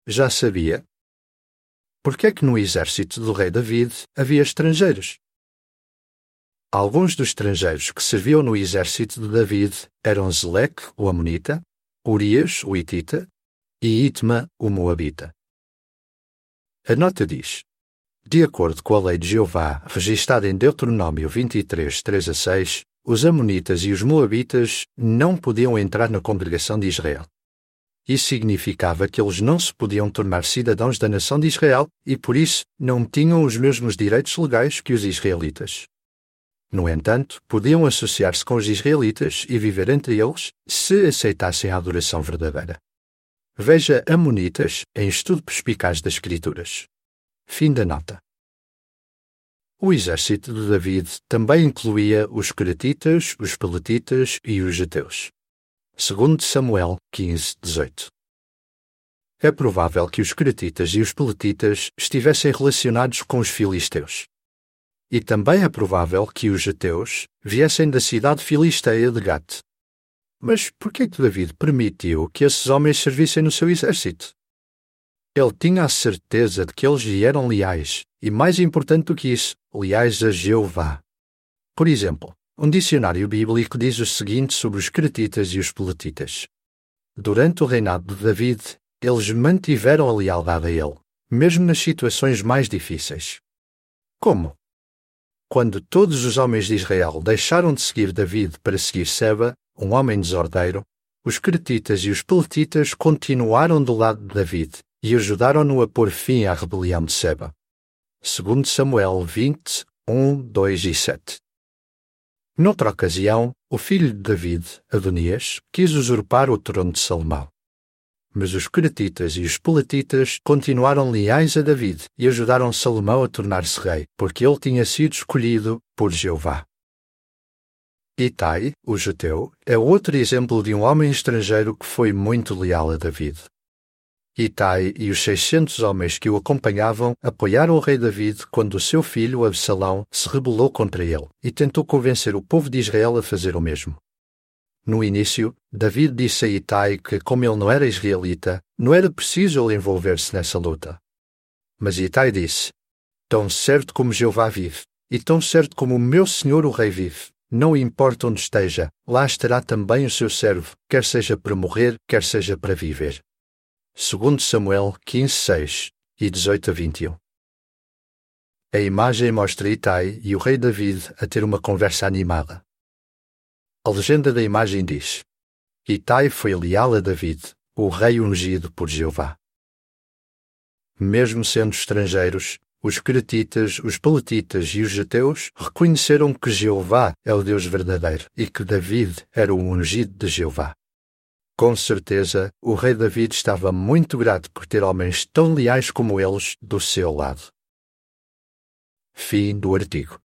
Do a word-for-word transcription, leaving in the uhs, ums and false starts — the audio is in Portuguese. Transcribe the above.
já sabia? Por que é que no exército do rei David havia estrangeiros? Alguns dos estrangeiros que serviam no exército de David eram Zeleque, o Amonita, Urias, o Hitita, e Itma, o Moabita. A nota diz: de acordo com a lei de Jeová, registada em Deuteronômio vinte e três, três a seis, os Amonitas e os Moabitas não podiam entrar na congregação de Israel. Isso significava que eles não se podiam tornar cidadãos da nação de Israel e, por isso, não tinham os mesmos direitos legais que os israelitas. No entanto, podiam associar-se com os israelitas e viver entre eles se aceitassem a adoração verdadeira. Veja Amonitas em Estudo Perspicaz das Escrituras. Fim da nota. O exército de David também incluía os Queretitas, os Peletitas e os Geteus. Segundo Samuel quinze, dezoito. É provável que os Queretitas e os Peletitas estivessem relacionados com os filisteus. E também é provável que os Geteus viessem da cidade filisteia de Gate. Mas por que David permitiu que esses homens servissem no seu exército? Ele tinha a certeza de que eles lhe eram leais, e mais importante do que isso, leais a Jeová. Por exemplo, um dicionário bíblico diz o seguinte sobre os Queretitas e os Peletitas. Durante o reinado de David, eles mantiveram a lealdade a ele, mesmo nas situações mais difíceis. Como? Quando todos os homens de Israel deixaram de seguir David para seguir Seba, um homem desordeiro, os Queretitas e os Peletitas continuaram do lado de David e ajudaram-no a pôr fim à rebelião de Seba. Segundo Samuel vinte, um, dois e sete. Noutra ocasião, o filho de David, Adonias, quis usurpar o trono de Salomão. Mas os Queretitas e os Peletitas continuaram leais a David e ajudaram Salomão a tornar-se rei, porque ele tinha sido escolhido por Jeová. Itai, o Geteu, é outro exemplo de um homem estrangeiro que foi muito leal a David. Itai e os seiscentos homens que o acompanhavam apoiaram o rei David quando o seu filho Absalão se rebelou contra ele e tentou convencer o povo de Israel a fazer o mesmo. No início, David disse a Itai que, como ele não era israelita, não era preciso ele envolver-se nessa luta. Mas Itai disse: tão certo como Jeová vive, e tão certo como o meu senhor o rei vive, não importa onde esteja, lá estará também o seu servo, quer seja para morrer, quer seja para viver. Segundo Samuel quinze, seis e dezoito a vinte e um. A imagem mostra Itai e o rei David a ter uma conversa animada. A legenda da imagem diz: Itai foi leal a David, o rei ungido por Jeová. Mesmo sendo estrangeiros, os Queretitas, os Peletitas e os Geteus reconheceram que Jeová é o Deus verdadeiro e que David era o ungido de Jeová. Com certeza, o rei David estava muito grato por ter homens tão leais como eles do seu lado. Fim do artigo.